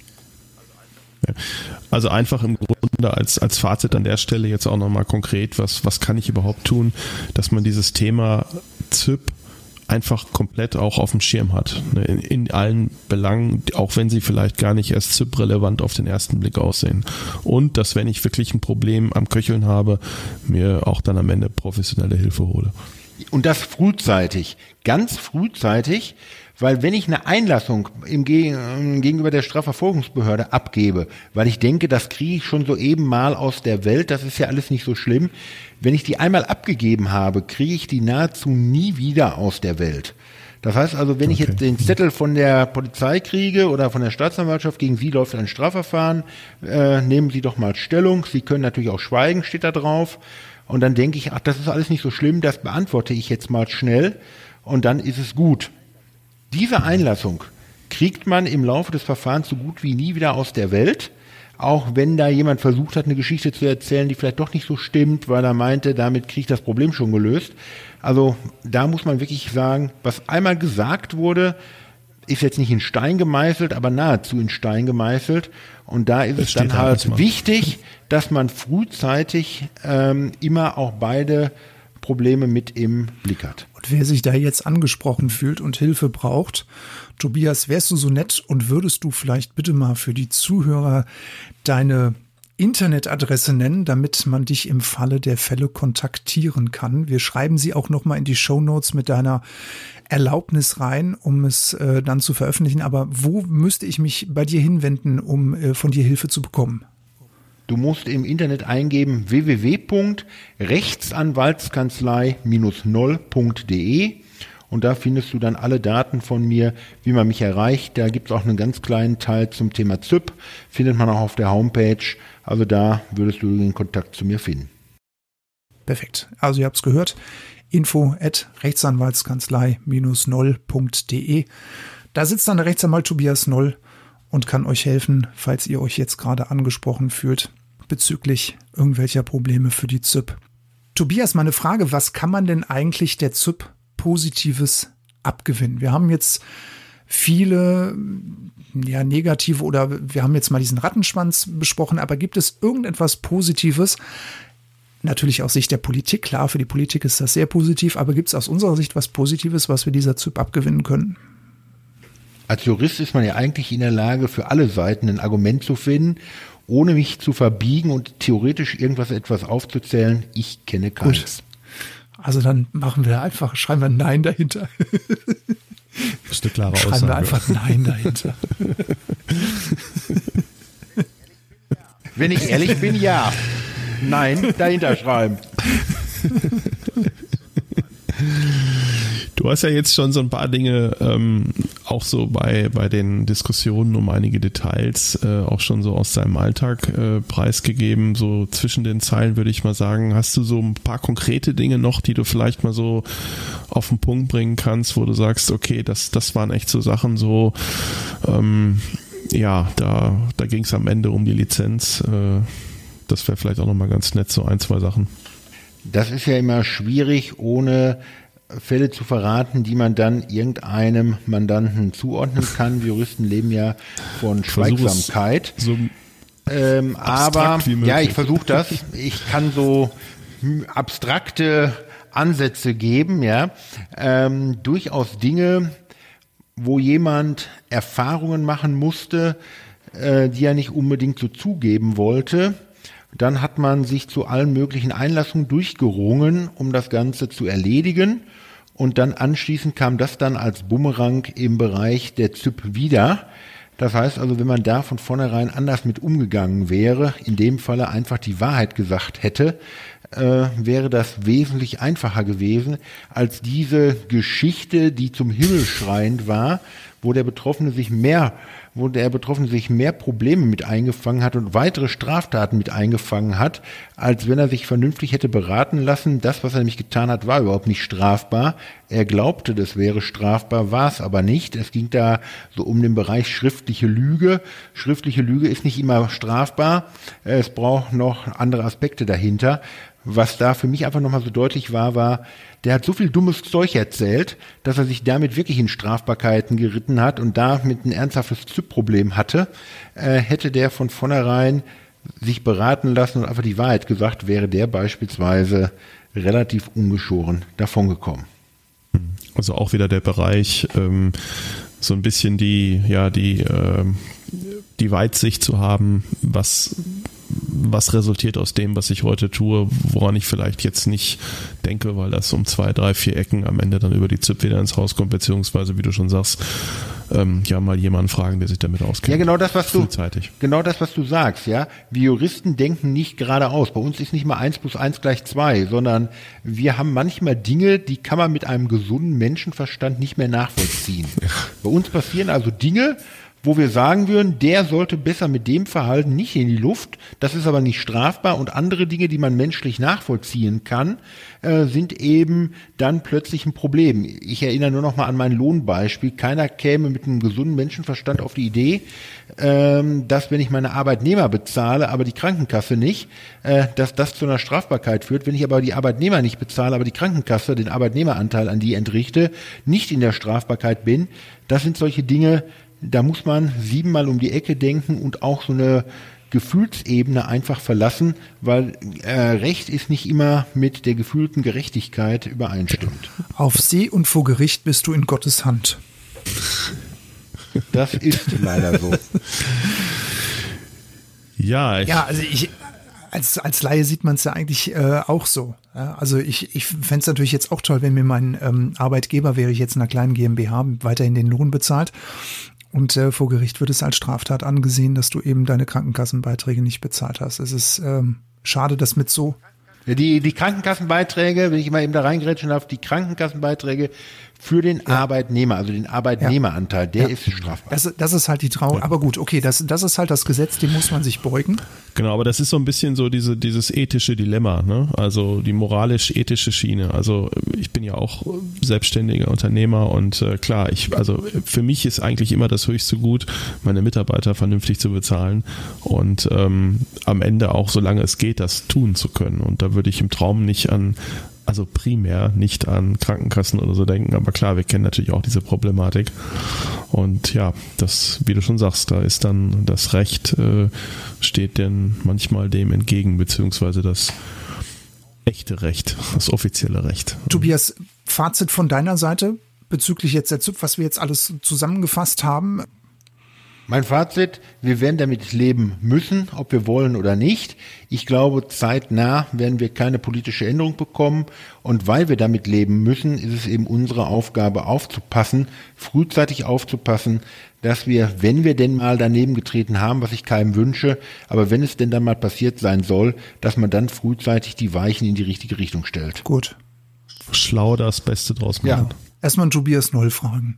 Ja. Also einfach im Grunde als Fazit an der Stelle jetzt auch nochmal konkret, was kann ich überhaupt tun, dass man dieses Thema ZÜP einfach komplett auch auf dem Schirm hat. In allen Belangen, auch wenn sie vielleicht gar nicht erst ZÜP-relevant auf den ersten Blick aussehen. Und dass, wenn ich wirklich ein Problem am Köcheln habe, mir auch dann am Ende professionelle Hilfe hole. Und das frühzeitig, ganz frühzeitig, Weil wenn ich eine Einlassung gegenüber der Strafverfolgungsbehörde abgebe, weil ich denke, das kriege ich schon soeben mal aus der Welt, das ist ja alles nicht so schlimm. Wenn ich die einmal abgegeben habe, kriege ich die nahezu nie wieder aus der Welt. Das heißt also, wenn ich jetzt den Zettel von der Polizei kriege oder von der Staatsanwaltschaft, gegen Sie läuft ein Strafverfahren, nehmen Sie doch mal Stellung. Sie können natürlich auch schweigen, steht da drauf. Und dann denke ich, ach, das ist alles nicht so schlimm, das beantworte ich jetzt mal schnell und dann ist es gut. Diese Einlassung kriegt man im Laufe des Verfahrens so gut wie nie wieder aus der Welt, auch wenn da jemand versucht hat, eine Geschichte zu erzählen, die vielleicht doch nicht so stimmt, weil er meinte, damit kriege ich das Problem schon gelöst. Also da muss man wirklich sagen, was einmal gesagt wurde, ist jetzt nicht in Stein gemeißelt, aber nahezu in Stein gemeißelt. Und da ist es dann halt wichtig, dass man frühzeitig immer auch beide Probleme mit im Blick hat. Und wer sich da jetzt angesprochen fühlt und Hilfe braucht, Tobias, wärst du so nett und würdest du vielleicht bitte mal für die Zuhörer deine Internetadresse nennen, damit man dich im Falle der Fälle kontaktieren kann. Wir schreiben sie auch nochmal in die Shownotes mit deiner Erlaubnis rein, um es dann zu veröffentlichen. Aber wo müsste ich mich bei dir hinwenden, um von dir Hilfe zu bekommen? Du musst im Internet eingeben www.rechtsanwaltskanzlei-0.de und da findest du dann alle Daten von mir, wie man mich erreicht. Da gibt es auch einen ganz kleinen Teil zum Thema ZÜP, findet man auch auf der Homepage. Also da würdest du den Kontakt zu mir finden. Perfekt. Also ihr habt es gehört. info@rechtsanwaltskanzlei-0.de. Da sitzt dann der Rechtsanwalt Tobias Noll und kann euch helfen, falls ihr euch jetzt gerade angesprochen fühlt bezüglich irgendwelcher Probleme für die ZÜP. Tobias, meine Frage, was kann man denn eigentlich der ZÜP Positives abgewinnen? Wir haben jetzt viele negative oder wir haben jetzt mal diesen Rattenschwanz besprochen, aber gibt es irgendetwas Positives? Natürlich aus Sicht der Politik, klar, für die Politik ist das sehr positiv, aber gibt es aus unserer Sicht was Positives, was wir dieser ZÜP abgewinnen können? Als Jurist ist man ja eigentlich in der Lage, für alle Seiten ein Argument zu finden, ohne mich zu verbiegen und theoretisch etwas aufzuzählen. Ich kenne keins. Gut. Also dann schreiben wir Nein dahinter. Das ist eine klare Aussage. Schreiben wir einfach Nein dahinter. Wenn ich ehrlich bin, ja. Nein dahinter schreiben. Du hast ja jetzt schon so ein paar Dinge auch so bei den Diskussionen um einige Details auch schon so aus deinem Alltag preisgegeben. So zwischen den Zeilen würde ich mal sagen, hast du so ein paar konkrete Dinge noch, die du vielleicht mal so auf den Punkt bringen kannst, wo du sagst, okay, das waren echt so Sachen so, da ging es am Ende um die Lizenz. Das wäre vielleicht auch nochmal ganz nett, so 1, 2 Sachen. Das ist ja immer schwierig, ohne Fälle zu verraten, die man dann irgendeinem Mandanten zuordnen kann. Wir Juristen leben ja von Schweigsamkeit. So aber ja, ich versuche das. Ich kann so abstrakte Ansätze geben, ja. Durchaus Dinge, wo jemand Erfahrungen machen musste, die er nicht unbedingt so zugeben wollte. Dann hat man sich zu allen möglichen Einlassungen durchgerungen, um das Ganze zu erledigen. Und dann anschließend kam das dann als Bumerang im Bereich der ZÜP wieder. Das heißt also, wenn man da von vornherein anders mit umgegangen wäre, in dem Falle einfach die Wahrheit gesagt hätte, wäre das wesentlich einfacher gewesen als diese Geschichte, die zum Himmel schreiend war, wo der Betroffene sich mehr Probleme mit eingefangen hat und weitere Straftaten mit eingefangen hat, als wenn er sich vernünftig hätte beraten lassen. Das, was er nämlich getan hat, war überhaupt nicht strafbar. Er glaubte, das wäre strafbar, war es aber nicht. Es ging da so um den Bereich schriftliche Lüge. Schriftliche Lüge ist nicht immer strafbar. Es braucht noch andere Aspekte dahinter. Was da für mich einfach nochmal so deutlich war, der hat so viel dummes Zeug erzählt, dass er sich damit wirklich in Strafbarkeiten geritten hat und damit ein ernsthaftes ZÜP-Problem hatte. Hätte der von vornherein sich beraten lassen und einfach die Wahrheit gesagt, wäre der beispielsweise relativ ungeschoren davongekommen. Also auch wieder der Bereich, so ein bisschen die Weitsicht zu haben, was was resultiert aus dem, was ich heute tue, woran ich vielleicht jetzt nicht denke, weil das um 2, 3, 4 Ecken am Ende dann über die ZIP wieder ins Haus kommt, beziehungsweise, wie du schon sagst, mal jemanden fragen, der sich damit auskennt. Ja, genau das, was du sagst, ja. Wir Juristen denken nicht geradeaus. Bei uns ist nicht mal 1 + 1 = 2, sondern wir haben manchmal Dinge, die kann man mit einem gesunden Menschenverstand nicht mehr nachvollziehen. Bei uns passieren also Dinge, wo wir sagen würden, der sollte besser mit dem Verhalten nicht in die Luft, das ist aber nicht strafbar, und andere Dinge, die man menschlich nachvollziehen kann, sind eben dann plötzlich ein Problem. Ich erinnere nur noch mal an mein Lohnbeispiel. Keiner käme mit einem gesunden Menschenverstand auf die Idee, dass, wenn ich meine Arbeitnehmer bezahle, aber die Krankenkasse nicht, dass das zu einer Strafbarkeit führt. Wenn ich aber die Arbeitnehmer nicht bezahle, aber die Krankenkasse den Arbeitnehmeranteil an die entrichte, nicht in der Strafbarkeit bin. Das sind solche Dinge, da muss man 7-mal um die Ecke denken und auch so eine Gefühlsebene einfach verlassen, weil Recht ist nicht immer mit der gefühlten Gerechtigkeit übereinstimmt. Auf See und vor Gericht bist du in Gottes Hand. Das ist leider so. Ja, also als Laie sieht man es ja eigentlich auch so. Ja, also ich fände es natürlich jetzt auch toll, wenn mir mein Arbeitgeber, wäre ich jetzt in einer kleinen GmbH, weiterhin den Lohn bezahlt. Und vor Gericht wird es als Straftat angesehen, dass du eben deine Krankenkassenbeiträge nicht bezahlt hast. Es ist schade, dass mit so... Ja, die Krankenkassenbeiträge, wenn ich mal eben da reingrätschen darf, die Krankenkassenbeiträge für den Arbeitnehmer, also den Arbeitnehmeranteil, der ist strafbar. Das ist halt die Trauer. Aber gut, okay, das ist halt das Gesetz, dem muss man sich beugen. Genau, aber das ist so ein bisschen so dieses ethische Dilemma, ne? Also die moralisch-ethische Schiene. Also ich bin ja auch selbstständiger Unternehmer und klar, für mich ist eigentlich immer das höchste Gut, meine Mitarbeiter vernünftig zu bezahlen und am Ende auch, solange es geht, das tun zu können. Und da würde ich im Traum primär nicht an Krankenkassen oder so denken, aber klar, wir kennen natürlich auch diese Problematik und ja, das, wie du schon sagst, da ist dann das Recht, steht denn manchmal dem entgegen, beziehungsweise das echte Recht, das offizielle Recht. Tobias, Fazit von deiner Seite bezüglich jetzt der ZIP, was wir jetzt alles zusammengefasst haben? Mein Fazit, wir werden damit leben müssen, ob wir wollen oder nicht. Ich glaube, zeitnah werden wir keine politische Änderung bekommen. Und weil wir damit leben müssen, ist es eben unsere Aufgabe aufzupassen, frühzeitig aufzupassen, dass wir, wenn wir denn mal daneben getreten haben, was ich keinem wünsche, aber wenn es denn dann mal passiert sein soll, dass man dann frühzeitig die Weichen in die richtige Richtung stellt. Gut. Schlau das Beste draus machen. Ja. Erstmal einen Tobias Noll fragen.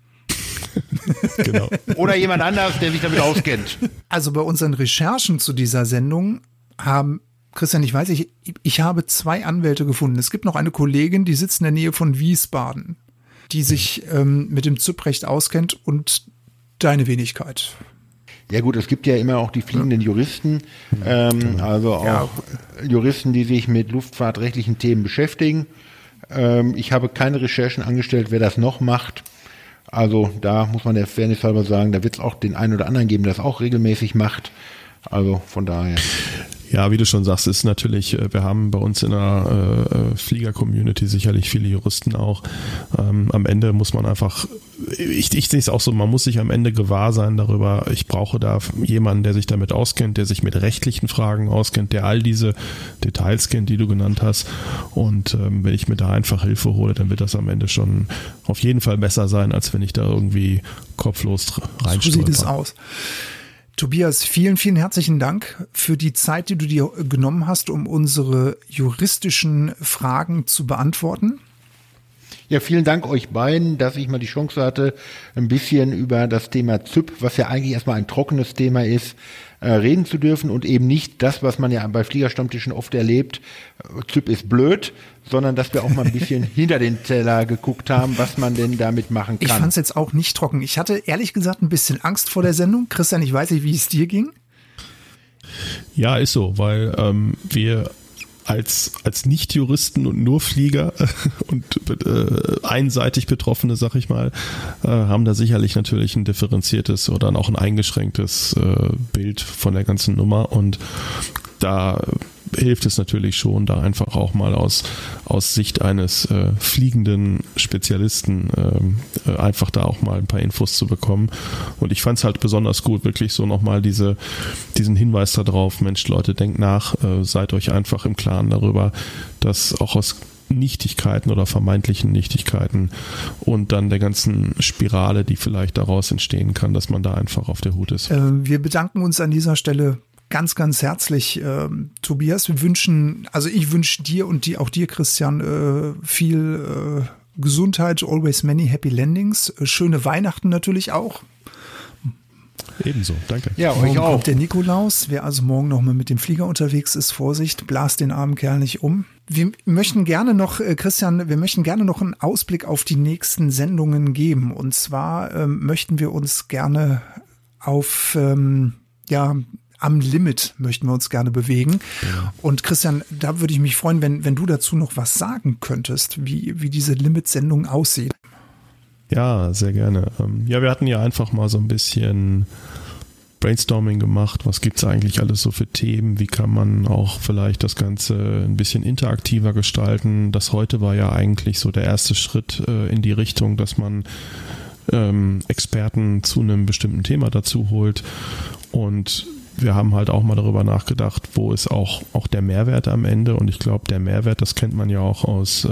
Genau. Oder jemand anderes, der sich damit auskennt. Also bei unseren Recherchen zu dieser Sendung haben, Christian, ich habe 2 Anwälte gefunden. Es gibt noch eine Kollegin, die sitzt in der Nähe von Wiesbaden, die sich mit dem ZIP-Recht auskennt, und deine Wenigkeit. Ja gut, es gibt ja immer auch die fliegenden Juristen, also auch Juristen, die sich mit luftfahrtrechtlichen Themen beschäftigen. Ich habe keine Recherchen angestellt, wer das noch macht. Also da muss man der Fairness halber sagen, da wird es auch den einen oder anderen geben, der das auch regelmäßig macht. Also von daher. Ja, wie du schon sagst, ist natürlich, wir haben bei uns in der Flieger-Community sicherlich viele Juristen auch. Am Ende muss man einfach, ich sehe es auch so, man muss sich am Ende gewahr sein darüber, ich brauche da jemanden, der sich damit auskennt, der sich mit rechtlichen Fragen auskennt, der all diese Details kennt, die du genannt hast. Und wenn ich mir da einfach Hilfe hole, dann wird das am Ende schon auf jeden Fall besser sein, als wenn ich da irgendwie kopflos reinstolper. So sieht es aus. Tobias, vielen, vielen herzlichen Dank für die Zeit, die du dir genommen hast, um unsere juristischen Fragen zu beantworten. Ja, vielen Dank euch beiden, dass ich mal die Chance hatte, ein bisschen über das Thema ZIP, was ja eigentlich erstmal ein trockenes Thema ist, reden zu dürfen und eben nicht das, was man ja bei Fliegerstammtischen oft erlebt, ZIP ist blöd, sondern dass wir auch mal ein bisschen hinter den Teller geguckt haben, was man denn damit machen kann. Ich fand es jetzt auch nicht trocken. Ich hatte ehrlich gesagt ein bisschen Angst vor der Sendung. Christian, ich weiß nicht, wie es dir ging. Ja, ist so, weil wir als Nicht-Juristen und nur Flieger und einseitig Betroffene, sag ich mal, haben da sicherlich natürlich ein differenziertes oder auch ein eingeschränktes Bild von der ganzen Nummer, und da hilft es natürlich schon, da einfach auch mal aus Sicht eines fliegenden Spezialisten einfach da auch mal ein paar Infos zu bekommen. Und ich fand es halt besonders gut, wirklich so nochmal diesen Hinweis darauf, Mensch Leute, denkt nach, seid euch einfach im Klaren darüber, dass auch aus Nichtigkeiten oder vermeintlichen Nichtigkeiten und dann der ganzen Spirale, die vielleicht daraus entstehen kann, dass man da einfach auf der Hut ist. Wir bedanken uns an dieser Stelle ganz, ganz herzlich, Tobias. Ich wünsche dir und auch dir, Christian, viel Gesundheit, always many happy landings, schöne Weihnachten natürlich auch. Ebenso, danke. Ja, euch morgen auch. Kommt der Nikolaus. Wer also morgen noch mal mit dem Flieger unterwegs ist, Vorsicht, blast den armen Kerl nicht um. Wir möchten gerne noch, Christian, einen Ausblick auf die nächsten Sendungen geben. Und zwar möchten wir uns gerne auf, am Limit möchten wir uns gerne bewegen. Ja. Und Christian, da würde ich mich freuen, wenn du dazu noch was sagen könntest, wie diese Limit-Sendung aussieht. Ja, sehr gerne. Ja, wir hatten ja einfach mal so ein bisschen Brainstorming gemacht. Was gibt's eigentlich alles so für Themen? Wie kann man auch vielleicht das Ganze ein bisschen interaktiver gestalten? Das heute war ja eigentlich so der erste Schritt in die Richtung, dass man Experten zu einem bestimmten Thema dazu holt. Und wir haben halt auch mal darüber nachgedacht, wo ist auch der Mehrwert am Ende. Und ich glaube, der Mehrwert, das kennt man ja auch aus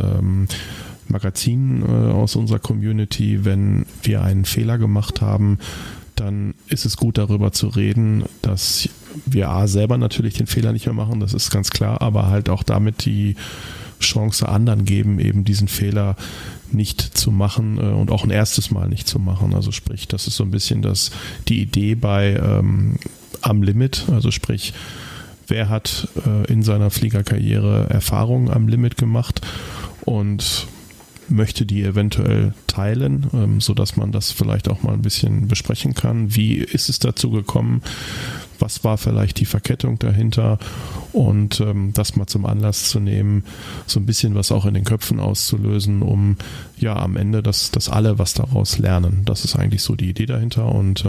Magazinen aus unserer Community. Wenn wir einen Fehler gemacht haben, dann ist es gut, darüber zu reden, dass wir selber natürlich den Fehler nicht mehr machen, das ist ganz klar, aber halt auch damit die Chance anderen geben, eben diesen Fehler nicht zu machen und auch ein erstes Mal nicht zu machen. Also sprich, das ist so ein bisschen die Idee bei Am Limit, also sprich, wer hat in seiner Fliegerkarriere Erfahrungen am Limit gemacht und möchte die eventuell teilen, sodass man das vielleicht auch mal ein bisschen besprechen kann. Wie ist es dazu gekommen? Was war vielleicht die Verkettung dahinter? Und das mal zum Anlass zu nehmen, so ein bisschen was auch in den Köpfen auszulösen, um ja am Ende, dass alle was daraus lernen. Das ist eigentlich so die Idee dahinter und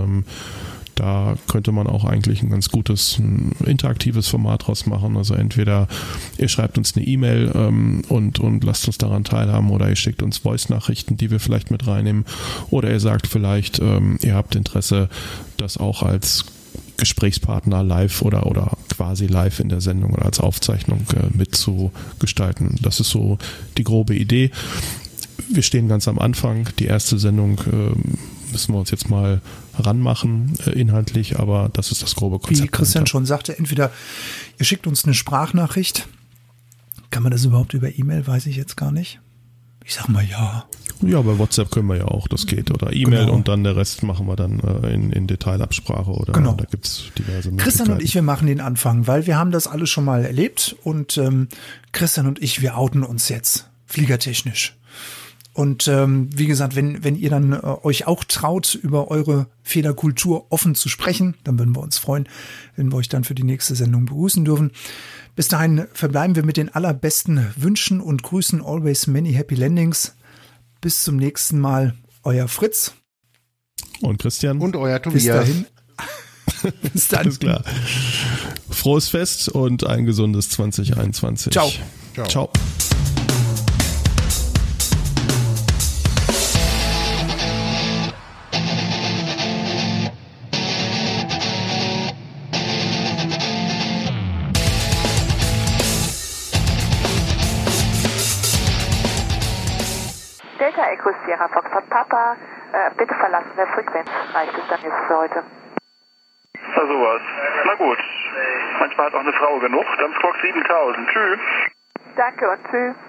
da könnte man auch eigentlich ein ganz gutes interaktives Format draus machen. Also entweder ihr schreibt uns eine E-Mail und lasst uns daran teilhaben oder ihr schickt uns Voice-Nachrichten, die wir vielleicht mit reinnehmen. Oder ihr sagt vielleicht, ihr habt Interesse, das auch als Gesprächspartner live oder quasi live in der Sendung oder als Aufzeichnung mitzugestalten. Das ist so die grobe Idee. Wir stehen ganz am Anfang. Die erste Sendung müssen wir uns jetzt mal ranmachen, inhaltlich, aber das ist das grobe Konzept. Wie Christian schon sagte, entweder ihr schickt uns eine Sprachnachricht. Kann man das überhaupt über E-Mail? Weiß ich jetzt gar nicht. Ich sag mal ja. Ja, bei WhatsApp können wir ja auch, das geht. Oder E-Mail, genau. Und dann der Rest machen wir dann in Detailabsprache oder genau. Da gibt es diverse Möglichkeiten. Christian und ich, wir machen den Anfang, weil wir haben das alles schon mal erlebt und Christian und ich, wir outen uns jetzt, fliegertechnisch. Und wie gesagt, wenn ihr dann euch auch traut, über eure Fehlerkultur offen zu sprechen, dann würden wir uns freuen, wenn wir euch dann für die nächste Sendung begrüßen dürfen. Bis dahin verbleiben wir mit den allerbesten Wünschen und Grüßen. Always many happy landings. Bis zum nächsten Mal. Euer Fritz. Und Christian. Und euer Tobias. Bis dahin. Bis dann. Alles klar. Frohes Fest und ein gesundes 2021. Ciao. Ciao. Ciao. Delta Echo Sierra Foxtrot Papa, bitte verlassen der Frequenz. Reicht es dann jetzt für heute? Na sowas. Na gut. Manchmal hat auch eine Frau genug. Dann Squawk 7000. Tschüss. Danke und tschüss.